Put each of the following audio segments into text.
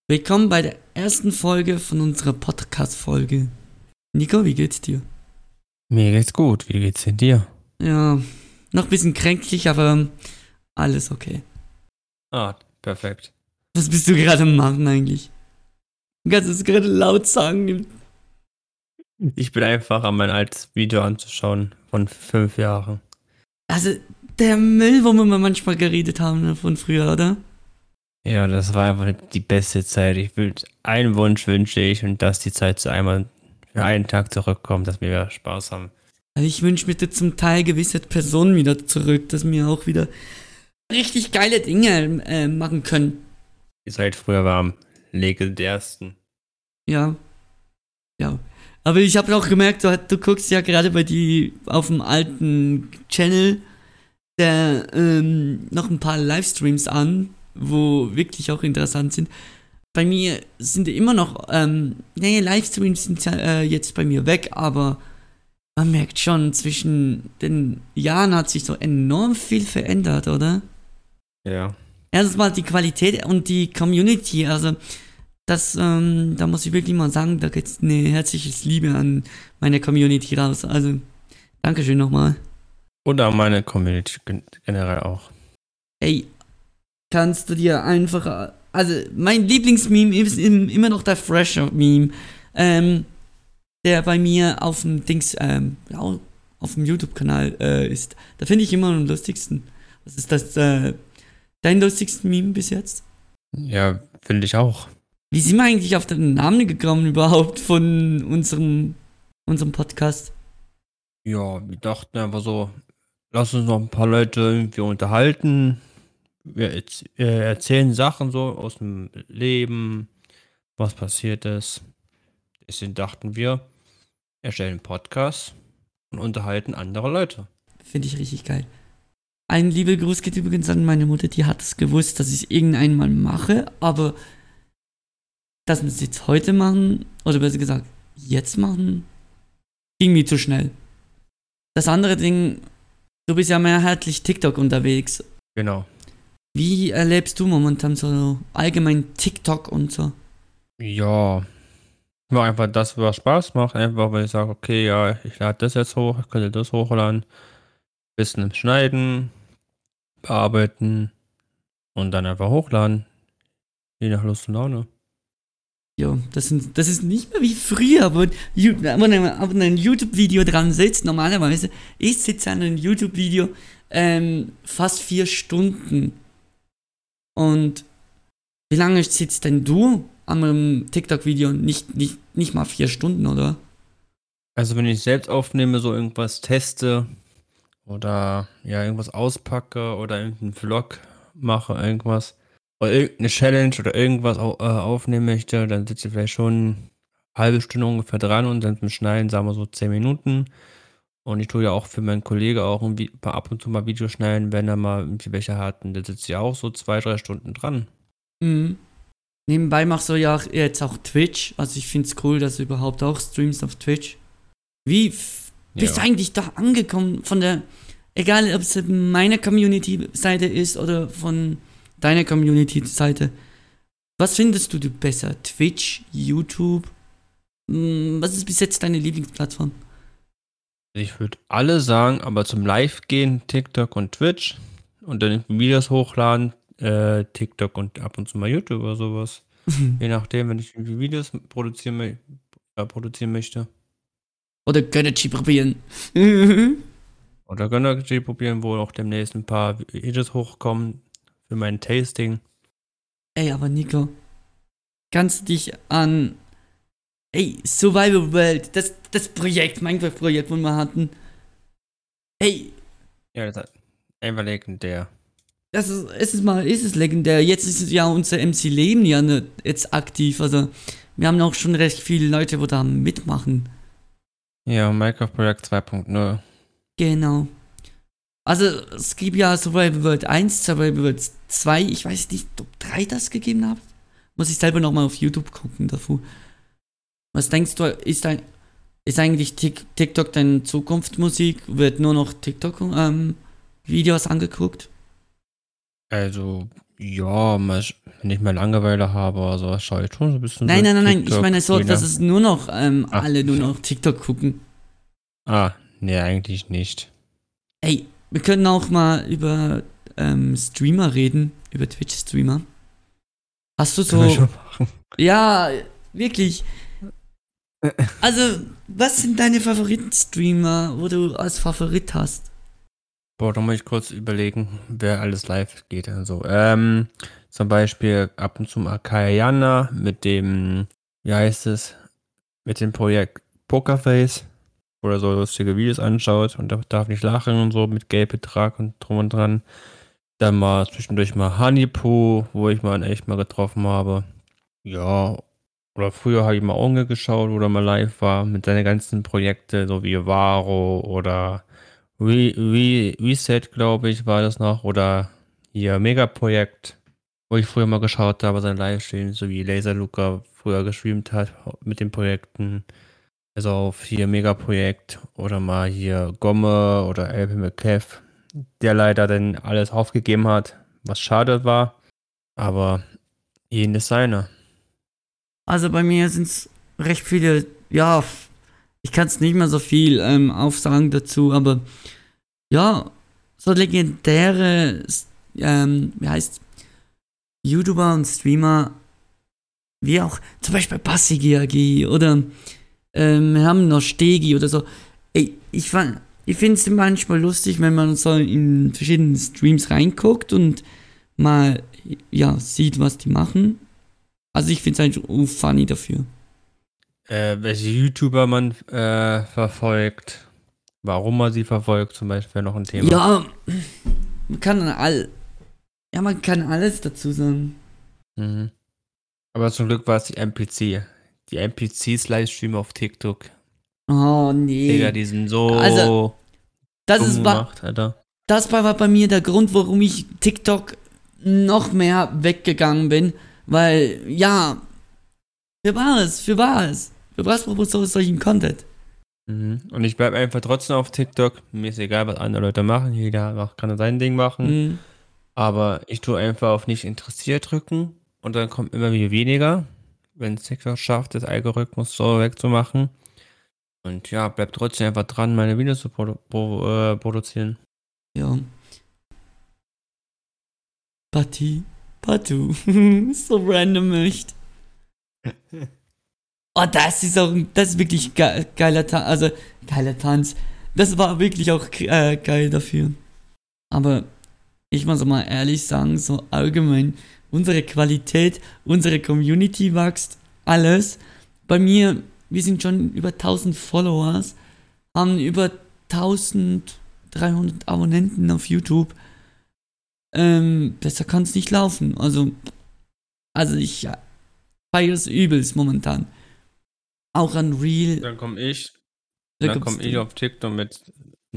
Willkommen bei der ersten Folge von unserer Podcast-Folge. Nico, wie geht's dir? Mir geht's gut. Wie geht's denn dir? Ja, noch ein bisschen kränklich, aber alles okay. Ah, perfekt. Was bist du gerade am machen eigentlich? Du kannst es gerade laut sagen. Ich bin einfach an mein altes Video anzuschauen von 5 Jahren. Also, der Müll, wo wir mal manchmal geredet haben, ne, von früher, oder? Ja, das war einfach die beste Zeit. Einen Wunsch wünsche ich und dass die Zeit zu einmal für einen Tag zurückkommt, dass wir wieder Spaß haben. Also ich wünsche mir da zum Teil gewisse Personen wieder zurück, dass wir auch wieder richtig geile Dinge machen können. Die Zeit früher war am legendärsten. Ja, ja. Aber ich habe auch gemerkt, du guckst ja gerade bei die auf dem alten Channel noch ein paar Livestreams an, wo wirklich auch interessant sind. Bei mir sind immer noch, Livestreams sind jetzt bei mir weg, aber man merkt schon, zwischen den Jahren hat sich so enorm viel verändert, oder? Ja. Erstens mal die Qualität und die Community, also da muss ich wirklich mal sagen, da geht's eine herzliche Liebe an meine Community raus. Also, Dankeschön nochmal. Und an meine Community generell auch. Ey, kannst du dir einfach, also mein Lieblingsmeme ist immer noch der Fresher-Meme, der bei mir auf dem auf dem YouTube-Kanal ist. Da finde ich immer am lustigsten. Was ist das, dein lustigsten Meme bis jetzt? Ja, finde ich auch. Wie sind wir eigentlich auf den Namen gekommen überhaupt von unserem Podcast? Ja, wir dachten einfach so, lass uns noch ein paar Leute irgendwie unterhalten. Wir erzählen Sachen so aus dem Leben, was passiert ist. Deswegen dachten wir, erstellen einen Podcast und unterhalten andere Leute. Finde ich richtig geil. Ein lieber Gruß geht übrigens an meine Mutter, die hat es gewusst, dass ich es irgendwann mal mache, aber dass wir es jetzt heute machen, oder besser gesagt, jetzt machen, ging mir zu schnell. Das andere Ding, du bist ja mehrheitlich TikTok unterwegs. Genau. Wie erlebst du momentan so allgemein TikTok und so? Ja, ich mache einfach das, was Spaß macht. Einfach, weil ich sage, okay, ja, ich lade das jetzt hoch, ich könnte das hochladen. Bisschen im Schneiden, bearbeiten und dann einfach hochladen. Je nach Lust und Laune. Ja, das ist nicht mehr wie früher, wo man ein YouTube-Video dran sitzt. Normalerweise, ich sitze an einem YouTube-Video fast 4 Stunden. Und wie lange sitzt denn du an einem TikTok-Video? Nicht mal 4 Stunden, oder? Also wenn ich selbst aufnehme, so irgendwas teste oder ja, irgendwas auspacke oder irgendeinen Vlog mache, irgendwas oder irgendeine Challenge oder irgendwas aufnehmen möchte, dann sitze ich vielleicht schon eine halbe Stunde ungefähr dran und dann beim Schneiden, sagen wir so 10 Minuten. Und ich tue ja auch für meinen Kollegen auch ab und zu mal Videos schneiden, wenn er mal irgendwie welche hat. Und da sitze ich auch so 2, 3 Stunden dran. Mhm. Nebenbei machst du ja jetzt auch Twitch. Also ich finde es cool, dass du überhaupt auch streamst auf Twitch. Wie bist du eigentlich da angekommen von der, egal ob es meine Community-Seite ist oder von deiner Community-Seite? Was findest du besser? Twitch, YouTube? Was ist bis jetzt deine Lieblingsplattform? Ich würde alle sagen, aber zum Live gehen, TikTok und Twitch und dann Videos hochladen, TikTok und ab und zu mal YouTube oder sowas. Je nachdem, wenn ich irgendwie Videos produzieren möchte. Oder Gönnerchi probieren. Oder Gönnergy probieren, wo auch demnächst ein paar Videos hochkommen für mein Tasting. Ey, aber Nico, kannst du dich an Survival World, das Projekt, Minecraft-Projekt, wo wir hatten. Ey, Ja, das ist einfach legendär. ist es legendär. Jetzt ist es ja unser MC Leben ja jetzt aktiv. Also, wir haben auch schon recht viele Leute, wo da mitmachen. Ja, Minecraft Projekt 2.0. Genau. Also, es gibt ja Survival World 1, Survival World 2. Ich weiß nicht, ob 3 das gegeben hat. Muss ich selber nochmal auf YouTube gucken davor. Was denkst du, ist eigentlich TikTok deine Zukunftsmusik? Wird nur noch TikTok-Videos angeguckt? Also, Ja, wenn ich mal Langeweile habe oder so, schaue ich schon so ein bisschen so Nein, ich TikTok, meine so, dass es nur noch Ah, alle nur noch TikTok gucken. nee, eigentlich nicht. Ey, wir können auch mal über Streamer reden, über Twitch-Streamer. Hast du Können wir so, schon machen. ja, wirklich. Also, was sind deine Favoriten-Streamer, wo du als Favorit hast? Boah, da muss ich kurz überlegen, wer alles live geht. Also, zum Beispiel ab und zu mal Kayana mit dem, wie heißt es, mit dem Projekt Pokerface, wo er so lustige Videos anschaut und darf nicht lachen und so mit Geldbetrag und drum und dran. Dann mal zwischendurch mal Honeypoo, wo ich mal in echt mal getroffen habe. Ja, oder früher habe ich mal Onge geschaut, wo er mal live war mit seinen ganzen Projekten, so wie Varo oder Reset, glaube ich, war das noch. Oder hier Megaprojekt, wo ich früher mal geschaut habe, sein Livestream, so wie Laser Luca früher gestreamt hat mit den Projekten. Also auf hier Megaprojekt oder mal hier Gomme oder LP McCaff, der leider dann alles aufgegeben hat, was schade war. Aber jeden ist seine. Also bei mir sind es recht viele, ja, ich kann es nicht mehr so viel aufsagen dazu, aber ja, so legendäre, wie heißt, YouTuber und Streamer, wie auch zum Beispiel Bassi GAG oder wir haben noch Stegi oder so. Ey, ich finde es manchmal lustig, wenn man so in verschiedenen Streams reinguckt und mal, ja, sieht, was die machen. Also ich finde es eigentlich funny dafür. Welche YouTuber man verfolgt, warum man sie verfolgt, zum Beispiel wäre noch ein Thema. Ja, man kann man kann alles dazu sagen. Mhm. Aber zum Glück war es die NPC. Die NPCs Livestream auf TikTok. Oh, Digga, nee. die sind Also, so das dumm ist, wa- gemacht, Alter. das war bei mir der Grund, warum ich TikTok noch mehr weggegangen bin. Weil, ja, für was brauchst du solchen Content? Mhm. Und ich bleib einfach trotzdem auf TikTok. Mir ist egal, was andere Leute machen. Kann sein Ding machen. Hm, Aber ich tue einfach auf nicht interessiert drücken. Und dann kommt immer wieder weniger. Wenn es TikTok schafft, das Algorithmus so wegzumachen. Und ja, bleib trotzdem einfach dran, meine Videos zu produzieren. ja. Patu. So random echt. Oh, das ist wirklich geiler Tanz. Also, geiler Tanz. Das war wirklich auch geil dafür. Aber ich muss mal ehrlich sagen, so allgemein, unsere Qualität, unsere Community wächst, alles. Bei mir, wir sind schon über 1000 Followers, haben über 1300 Abonnenten auf YouTube. Besser kann es nicht laufen. Also ich feiere es übelst momentan. Auch an Real, Dann komme ich, da dann gibt's komme ich auf TikTok mit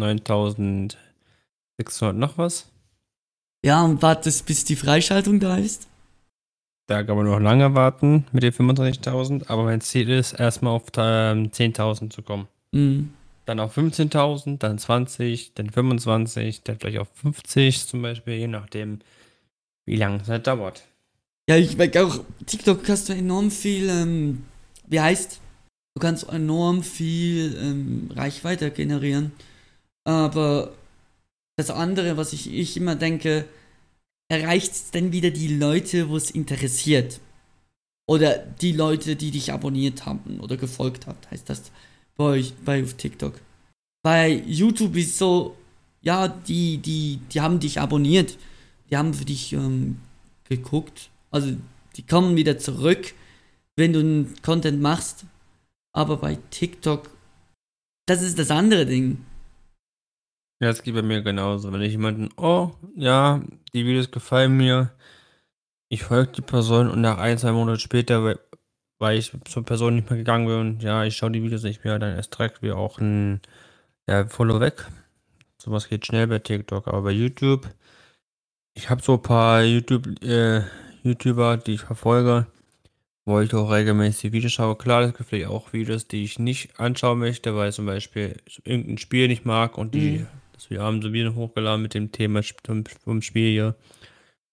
9600 noch was. ja, und wartest, bis die Freischaltung da ist. Da kann man noch lange warten mit den 25.000, aber mein Ziel ist, erstmal auf 10.000 zu kommen. Mhm. Dann auf 15.000, dann 20, dann 25, dann vielleicht auf 50 zum Beispiel, je nachdem, wie lange es halt dauert. Ja, ich merke auch, TikTok hast du enorm viel, wie heißt, du kannst enorm viel Reichweite generieren. Aber das andere, was ich immer denke, erreicht es denn wieder die Leute, wo es interessiert? Oder die Leute, die dich abonniert haben oder gefolgt haben, heißt das bei euch, bei auf TikTok. Bei YouTube ist so, ja, die haben dich abonniert, die haben für dich geguckt. Also die kommen wieder zurück, wenn du einen Content machst. Aber bei TikTok, das ist das andere Ding. Ja, es geht bei mir genauso. Wenn ich jemanden, oh, ja, die Videos gefallen mir, ich folge die Person und nach 1, 2 Monate später, weil ich zur Person nicht mehr gegangen bin und ja, ich schaue die Videos nicht mehr, dann ist direkt wie auch ein Follow weg. Sowas geht schnell bei TikTok, aber bei YouTube, ich habe so ein paar YouTuber, die ich verfolge, wo ich auch regelmäßig Videos schaue. Klar, es gibt vielleicht auch Videos, die ich nicht anschauen möchte, weil zum Beispiel ich irgendein Spiel nicht mag und Mhm. wir haben so Videos hochgeladen mit dem Thema vom Spiel hier.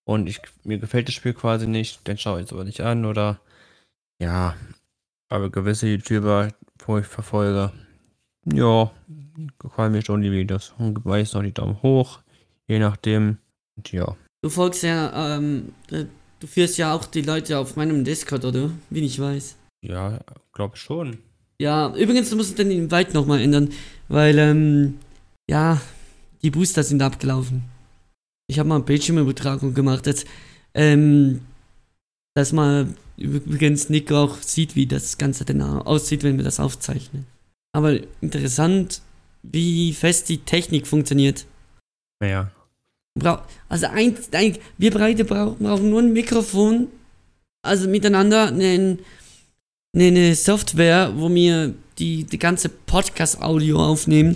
und mir gefällt das Spiel quasi nicht, dann schaue ich es aber nicht an oder ja, aber gewisse YouTuber, wo ich verfolge, ja, gefallen mir schon die Videos und gebe meist noch die Daumen hoch, je nachdem. Und ja, Du folgst ja, du führst ja auch die Leute auf meinem Discord, oder? Wie ich weiß. ja, glaube schon. Ja, übrigens, du musst den Invite nochmal ändern, weil, ja, die Booster sind abgelaufen. Ich habe mal eine Bildschirmübertragung gemacht, jetzt, dass man übrigens Nick auch sieht, wie das Ganze denn aussieht, wenn wir das aufzeichnen. Aber interessant, wie fest die Technik funktioniert. Ja, Also wir beide brauchen nur ein Mikrofon, also miteinander eine Software, wo wir die ganze Podcast-Audio aufnehmen.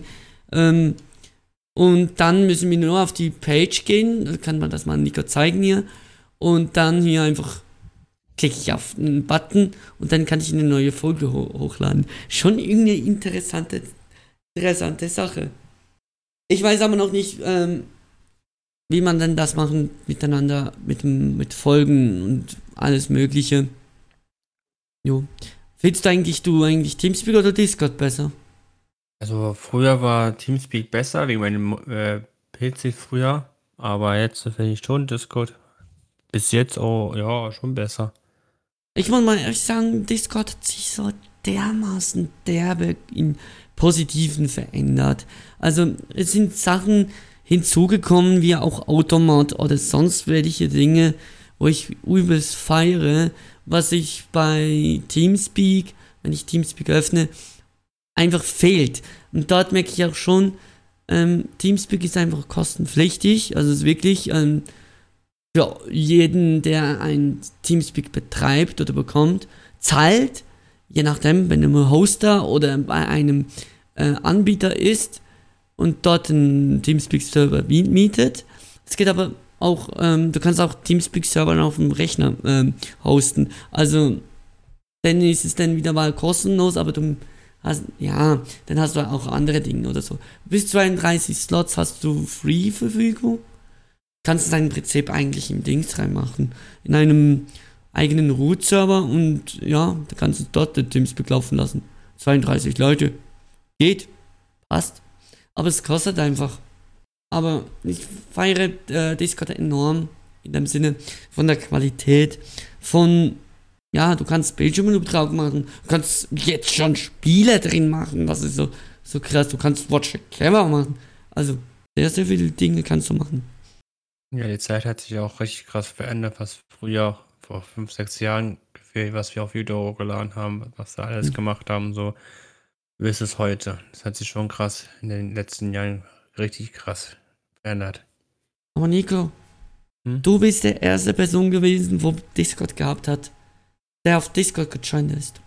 Und dann müssen wir nur auf die Page gehen, dann kann man das mal Nico zeigen hier. Und dann hier einfach klicke ich auf einen Button und dann kann ich eine neue Folge hochladen. Schon irgendeine interessante Sache. Ich weiß aber noch nicht, wie man denn das machen miteinander, mit Folgen und alles Mögliche. Jo. Findest du eigentlich Teamspeak oder Discord besser? also früher war Teamspeak besser, wegen meinem PC früher, aber jetzt finde ich schon Discord bis jetzt auch, ja, schon besser. Ich muss mal ehrlich sagen, Discord hat sich so dermaßen derbe in Positiven verändert. Also es sind Sachen hinzugekommen, wie auch Automat oder sonst welche Dinge, wo ich übelst feiere, was ich bei Teamspeak, wenn ich Teamspeak öffne, einfach fehlt. Und dort merke ich auch schon, Teamspeak ist einfach kostenpflichtig, also es ist wirklich für jeden, der ein Teamspeak betreibt oder bekommt, zahlt, je nachdem, wenn er Hoster oder bei einem Anbieter ist und dort einen Teamspeak-Server mietet. Es geht aber auch, du kannst auch Teamspeak-Server auf dem Rechner hosten. Also, dann ist es dann wieder mal kostenlos, aber du hast, ja, dann hast du auch andere Dinge oder so. Bis 32 Slots hast du Free-Verfügung. Kannst du dein Prinzip eigentlich im Dings reinmachen. In einem eigenen Root-Server und ja, da kannst du dort den Teamspeak laufen lassen. 32 Leute. Geht. Passt. Aber es kostet einfach. Aber ich feiere Discord enorm. In dem Sinne von der Qualität. Von, ja, du kannst Bildschirmübertragung machen. Du kannst jetzt schon Spiele drin machen. Das ist so krass. Du kannst Watch the Camera machen. Also, sehr viele Dinge kannst du machen. Ja, die Zeit hat sich auch richtig krass verändert, was früher vor 5, 6 Jahren gefehlt, was wir auf Video hochgeladen haben, was wir alles gemacht haben, so wie ist es heute. Das hat sich schon krass in den letzten Jahren richtig krass verändert. Aber Nico, du bist der erste Person gewesen, wo Discord gehabt hat, der auf Discord gejoint ist.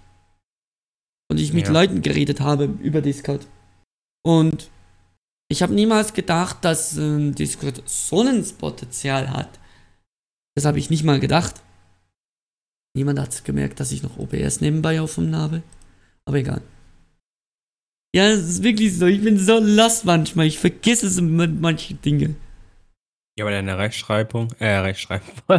Und ich mit Leuten geredet habe über Discord. Und ich habe niemals gedacht, dass Discord so ein Potenzial hat. Das habe ich nicht mal gedacht. Niemand hat gemerkt, dass ich noch OBS nebenbei offen habe. Aber egal. Ja, es ist wirklich so. Ich bin so lost manchmal. Ich vergesse es mit manchen Dingen. Ja, aber deine Rechtschreibung. Ja, das ist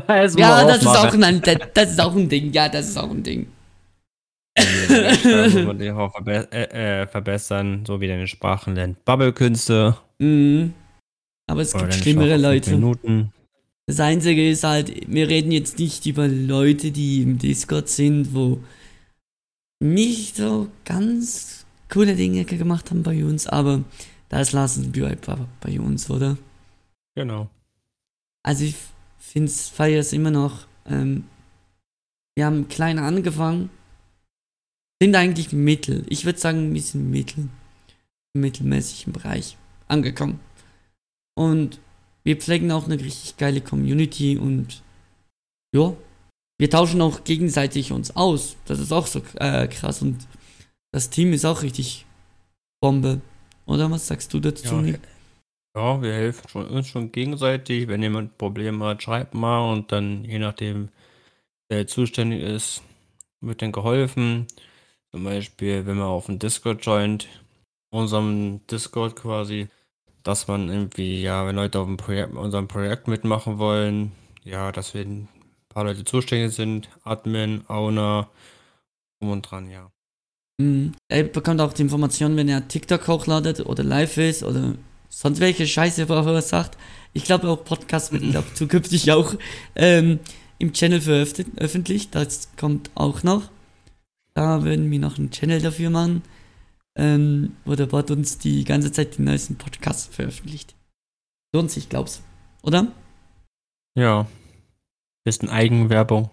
auch ein Ding. Ja, das ist auch ein Ding. Rechtschreibung muss man auch verbessern, so wie deine Sprachen lernt. Bubble-Künste. Aber es gibt schlimmere Leute. Minuten. Das Einzige ist halt, wir reden jetzt nicht über Leute, die im Discord sind, wo nicht so ganz coole Dinge gemacht haben bei uns, aber das lassen wir einfach bei uns, oder? Genau. Also ich feiere es immer noch. Wir haben klein angefangen, sind eigentlich mittel. Ich würde sagen, wir sind mittelmäßig im Bereich angekommen. Und wir pflegen auch eine richtig geile Community und ja, wir tauschen auch gegenseitig uns aus. Das ist auch so krass und das Team ist auch richtig Bombe. Oder was sagst du dazu? Ja, wir helfen uns schon gegenseitig. Wenn jemand Probleme hat, schreibt mal und dann je nachdem, wer zuständig ist, wird dann geholfen. Zum Beispiel, wenn man auf den Discord joint, unserem Discord quasi, dass man irgendwie, ja, wenn Leute auf unserem Projekt mitmachen wollen, ja, dass wir ein paar Leute zuständig sind, Admin, Owner, drum und dran, ja. Er bekommt auch die Informationen, wenn er TikTok hochladet oder live ist oder sonst welche Scheiße, wo er sagt. Ich glaube auch Podcast wird glaub, zukünftig auch im Channel veröffentlicht. Das kommt auch noch. Da werden wir noch einen Channel dafür machen, wo der Bot uns die ganze Zeit die neuesten Podcasts veröffentlicht. Lohnt sich, glaubst du, oder? Ja, bisschen Eigenwerbung.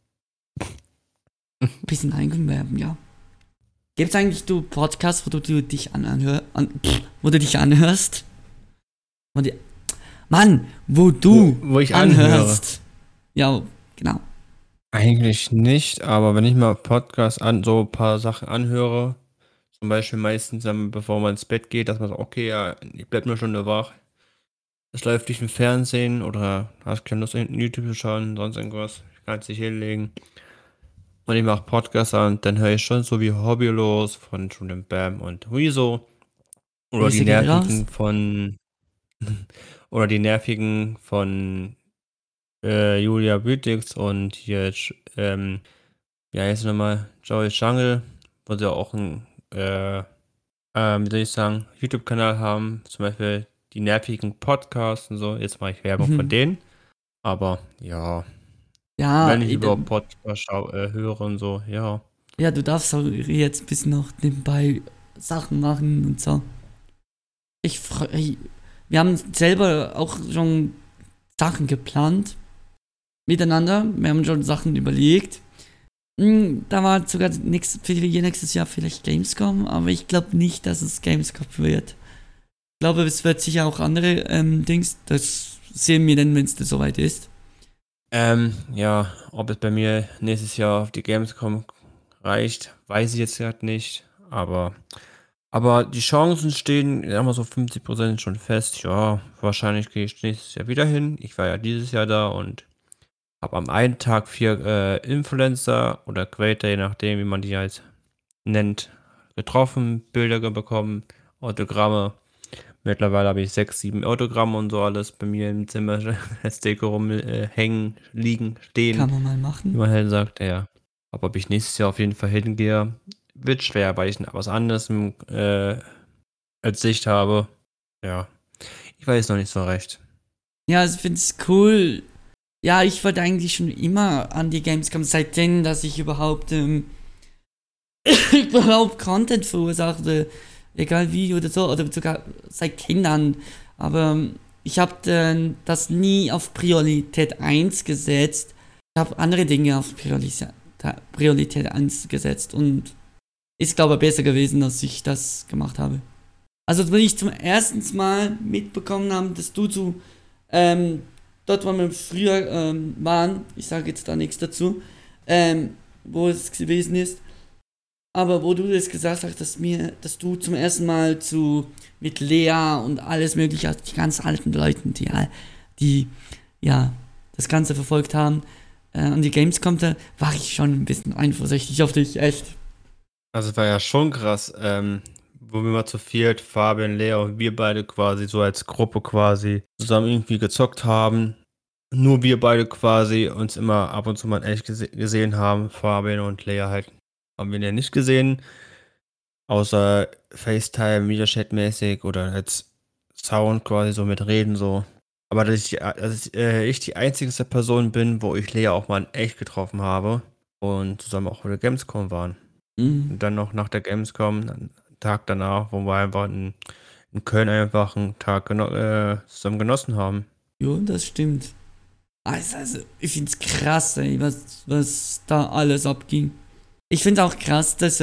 Bisschen Eigenwerbung, ja. Gibt es eigentlich du Podcasts, wo du dich wo du dich anhörst? Wo du Wo ich anhörst. Ja, genau. Eigentlich nicht, aber wenn ich mal Podcasts so ein paar Sachen anhöre, zum Beispiel meistens, bevor man ins Bett geht, dass man sagt, okay, ja, ich bleib eine Stunde wach. Es läuft nicht im Fernsehen oder hast keine Lust, YouTube zu schauen, sonst irgendwas. Ich kann es nicht hinlegen. Und ich mache Podcasts an, dann höre ich schon so wie Hobbylos von Julian Bam und Rezo. Oder die Grüße gehen raus. nervigen von oder die nervigen von Julia Bütix und hier, wie heißt sie nochmal? Joey Jungle, wo sie auch einen, wie soll ich sagen, YouTube-Kanal haben, zum Beispiel die nervigen Podcasts und so. Jetzt mache ich Werbung von denen. Aber ja, Ja, wenn ich über Podcasts höre und so, ja. Ja, du darfst auch jetzt ein bisschen noch nebenbei Sachen machen und so. Wir haben selber auch schon Sachen geplant. Miteinander. Wir haben schon Sachen überlegt. Da war sogar nächstes Jahr vielleicht Gamescom, aber ich glaube nicht, dass es Gamescom wird. Ich glaube, es wird sicher auch andere Dings. Das sehen wir dann, wenn es soweit ist. Ja, ob es bei mir nächstes Jahr auf die Gamescom reicht, weiß ich jetzt gerade nicht. Aber die Chancen stehen, sagen wir so 50% schon fest. Ja, wahrscheinlich gehe ich nächstes Jahr wieder hin. Ich war ja dieses Jahr da und habe am einen Tag 4 Influencer oder Creator, je nachdem, wie man die halt nennt, getroffen, Bilder bekommen, Autogramme. Mittlerweile habe ich 6, 7 Autogramme und so alles bei mir im Zimmer als Deko rumhängen, liegen, stehen. Kann man mal machen. Wie man halt sagt, ja. Aber ob ich nächstes Jahr auf jeden Fall hingehe, wird schwer, weil ich was anderes als Sicht habe. Ja. Ich weiß noch nicht so recht. Ja, ich finde es cool. Ja, ich wollte eigentlich schon immer an die Gamescom, seitdem, dass ich überhaupt Content verursachte, egal wie oder so, oder sogar seit Kindern. Aber ich habe das nie auf Priorität 1 gesetzt. Ich habe andere Dinge auf Priorität 1 gesetzt und ist, glaube ich, besser gewesen, dass ich das gemacht habe. Also, wenn ich zum ersten Mal mitbekommen habe, dass du dort, wo wir früher waren, ich sage jetzt da nichts dazu, wo es gewesen ist, aber wo du das gesagt hast, dass du zum ersten Mal mit Lea und alles mögliche, also die ganz alten Leuten, die das Ganze verfolgt haben, an die Gamescom, da war ich schon ein bisschen eifersüchtig auf dich, echt. Also es war ja schon krass, wo wir mal zu viert, Fabian, Lea und wir beide quasi so als Gruppe quasi zusammen irgendwie gezockt haben. Nur wir beide quasi uns immer ab und zu mal echt gesehen haben. Fabian und Lea halt haben wir ja nicht gesehen. Außer FaceTime, Videochat-mäßig oder als Sound quasi so mit Reden so. Aber dass ich die einzigste Person bin, wo ich Lea auch mal in echt getroffen habe und zusammen auch bei der Gamescom waren. Und dann noch nach der Gamescom, einen Tag danach, wo wir einfach in Köln einfach einen Tag zusammen genossen haben. Jo, das stimmt. Also ich finde es krass, ey, was da alles abging. Ich finde auch krass, dass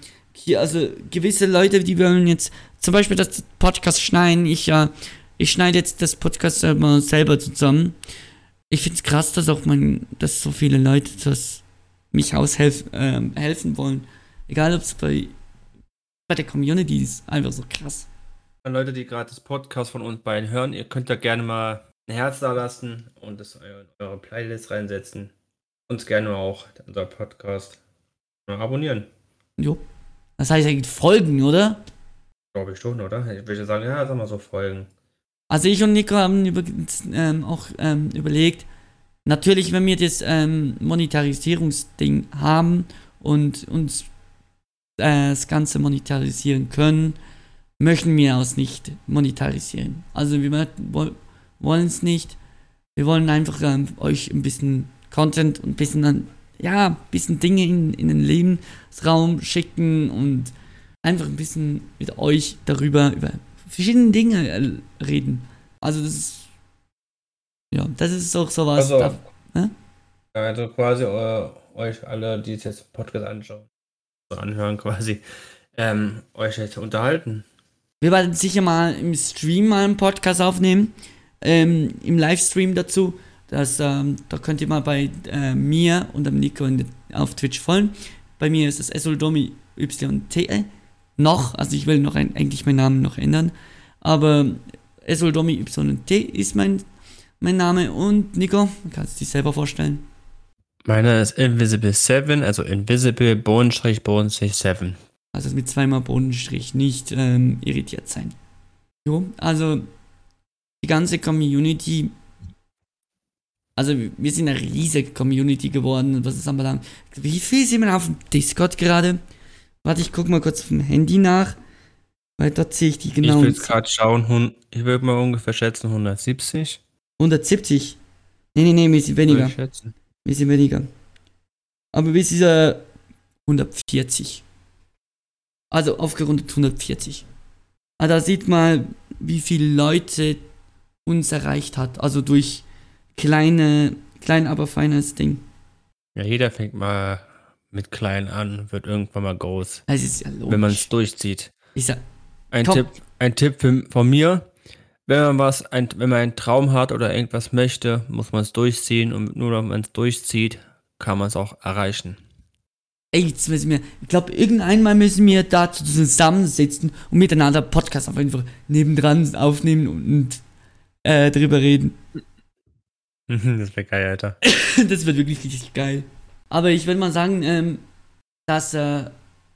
gewisse Leute, die wollen jetzt zum Beispiel das Podcast schneiden, ich schneide jetzt das Podcast selber zusammen. Ich finde es krass, dass so viele Leute mich helfen wollen. Egal, ob es bei der Community ist, einfach so krass. Leute, die gerade das Podcast von uns beiden hören, ihr könnt da gerne mal ein Herz da lassen und das in eure Playlist reinsetzen. Uns gerne auch unser Podcast abonnieren. Jo. Das heißt eigentlich folgen, oder? Glaube ich schon, oder? Ich würde sagen, ja, sag mal so folgen. Also ich und Nico haben auch überlegt, Natürlich, wenn wir das Monetarisierungsding haben und uns das Ganze monetarisieren können, möchten wir es nicht monetarisieren. Also wir wollen es nicht. Wir wollen einfach euch ein bisschen Content und ein bisschen, bisschen Dinge in den Lebensraum schicken und einfach ein bisschen mit euch über verschiedene Dinge reden. Also das ist auch sowas. Also quasi euch alle, die jetzt den Podcast anschauen, anhören quasi, euch jetzt unterhalten. Wir werden sicher mal im Stream mal einen Podcast aufnehmen, im Livestream dazu. Da könnt ihr mal bei mir und dem Nico auf Twitch folgen. Bei mir ist es Esoldomi YT noch, also ich will noch eigentlich meinen Namen noch ändern, aber Esoldomi YT ist mein Name. Und Nico, kannst du dich selber vorstellen? Meiner ist Invisible7, also Invisible Bodenstrich 7. Also mit zweimal Bodenstrich, nicht irritiert sein. Jo, also die ganze Community, also wir sind eine riesige Community geworden, was es anbelangt. Wie viel sind wir auf dem Discord gerade? Warte, ich guck mal kurz auf dem Handy nach, weil dort sehe ich die genau. Ich will jetzt gerade schauen, ich würde mal ungefähr schätzen 170. 170? Nee, wir sind weniger. Wir sind weniger. Aber wir sind 140. Also aufgerundet 140. Also da sieht man, wie viele Leute uns erreicht hat. Also durch klein, aber feines Ding. Ja, jeder fängt mal mit klein an, wird irgendwann mal groß. Das ist ja logisch. Wenn man es durchzieht. Ein Top. Tipp von mir, wenn man einen Traum hat oder irgendwas möchte, muss man es durchziehen, und nur wenn man es durchzieht, kann man es auch erreichen. Ey, jetzt müssen wir, ich glaube, irgendeinmal müssen wir dazu zusammensitzen und miteinander Podcast auf einfach nebendran aufnehmen und drüber reden. Das wäre geil, Alter. Das wird wirklich richtig geil. Aber ich würde mal sagen, dass, wir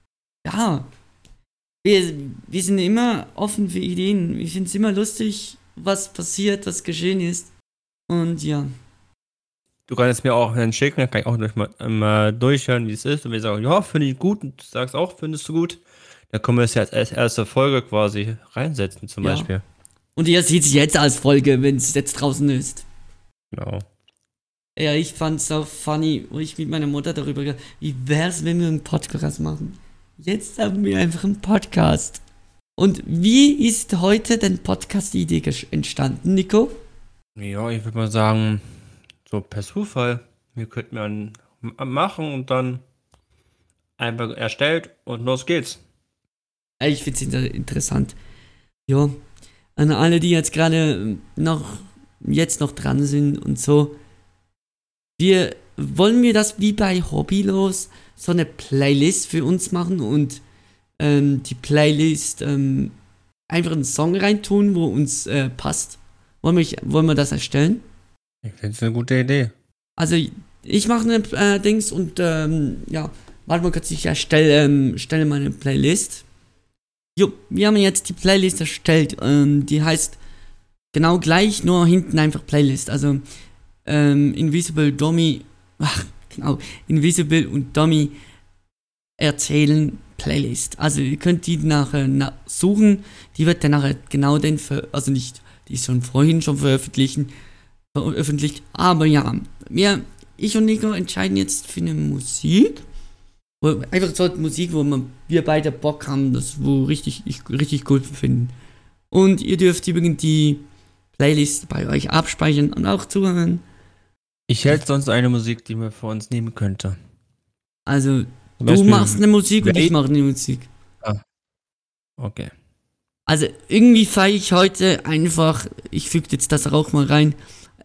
sind immer offen für Ideen. Ich finde es immer lustig, was passiert, was geschehen ist. Und ja. Du kannst es mir auch dann schicken, dann kann ich auch mal durchhören, wie es ist. Und wir sagen, ja, finde ich gut. Und du sagst auch, findest du gut. Dann können wir es ja als erste Folge quasi reinsetzen, zum Beispiel. Und ihr seht es jetzt als Folge, wenn es jetzt draußen ist. Genau. Ja, ich fand es auch funny, wo ich mit meiner Mutter darüber geredet habe, wie wär's, wenn wir einen Podcast machen? Jetzt haben wir einfach einen Podcast. Und wie ist heute deine Podcast-Idee entstanden, Nico? Ja, ich würde mal sagen, so per Zufall. Wir könnten einen machen und dann einfach erstellt und los geht's. Ich finde es interessant. Ja, an alle, die jetzt gerade noch dran sind und so. Wollen wir das wie bei Hobbylos so eine Playlist für uns machen und die Playlist einfach einen Song reintun, wo uns passt? Wollen wir das erstellen? Ich finde es eine gute Idee. Also ich mache eine Dings und warte mal kurz, ich stelle meine Playlist. Jo, wir haben jetzt die Playlist erstellt. Die heißt genau gleich, nur hinten einfach Playlist. Also Invisible und Domi erzählen Playlist. Also ihr könnt die nachher suchen. Die wird dann nachher genau die ist schon vorhin veröffentlicht. Aber ja, ich und Nico entscheiden jetzt für eine Musik. Einfach so eine Musik, wo wir beide Bock haben, das wo richtig gut finden. Und ihr dürft übrigens die Playlist bei euch abspeichern und auch zuhören. Ich hätte sonst eine Musik, die man für uns nehmen könnte. Also, du machst eine Musik und ich mache eine Musik. Ah, okay. Also, irgendwie feiere ich heute einfach, ich füge jetzt das auch mal rein,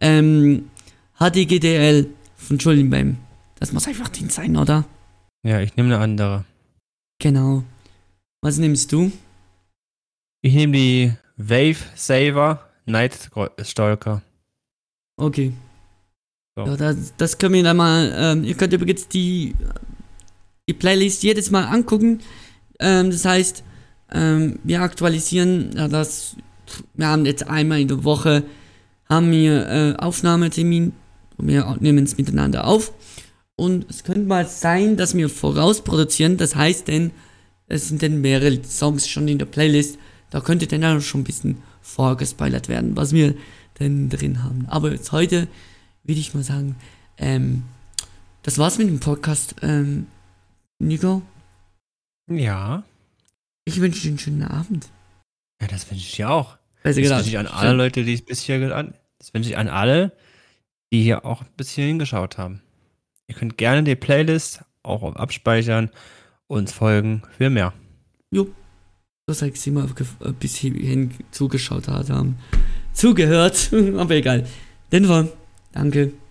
HDGDL von Julian Bam. Das muss einfach den sein, oder? Ja, ich nehme eine andere. Genau. Was nimmst du? Ich nehme die Wave Saver Night Stalker. Okay. So. Ja, das können wir dann mal, ihr könnt übrigens die Playlist jedes Mal angucken. Das heißt, wir aktualisieren wir haben jetzt einmal in der Woche haben wir Aufnahmetermin wir nehmen es miteinander auf. Und es könnte mal sein, dass wir vorausproduzieren. Das heißt denn, es sind dann mehrere Songs schon in der Playlist. Da könnte dann auch schon ein bisschen vorgespoilert werden, was wir denn drin haben. Aber jetzt heute würde ich mal sagen, das war's mit dem Podcast. Nico? Ja. Ich wünsche dir einen schönen Abend. Ja, das wünsche ich dir auch. Das wünsche ich an alle Leute, die es bis hier Das wünsche ich an alle, die hier auch bis hier hingeschaut haben. Ihr könnt gerne die Playlist auch abspeichern, uns folgen für mehr. Jo. So sag ich mal, bis hierhin zugeschaut haben. Zugehört, aber egal. Denver, danke.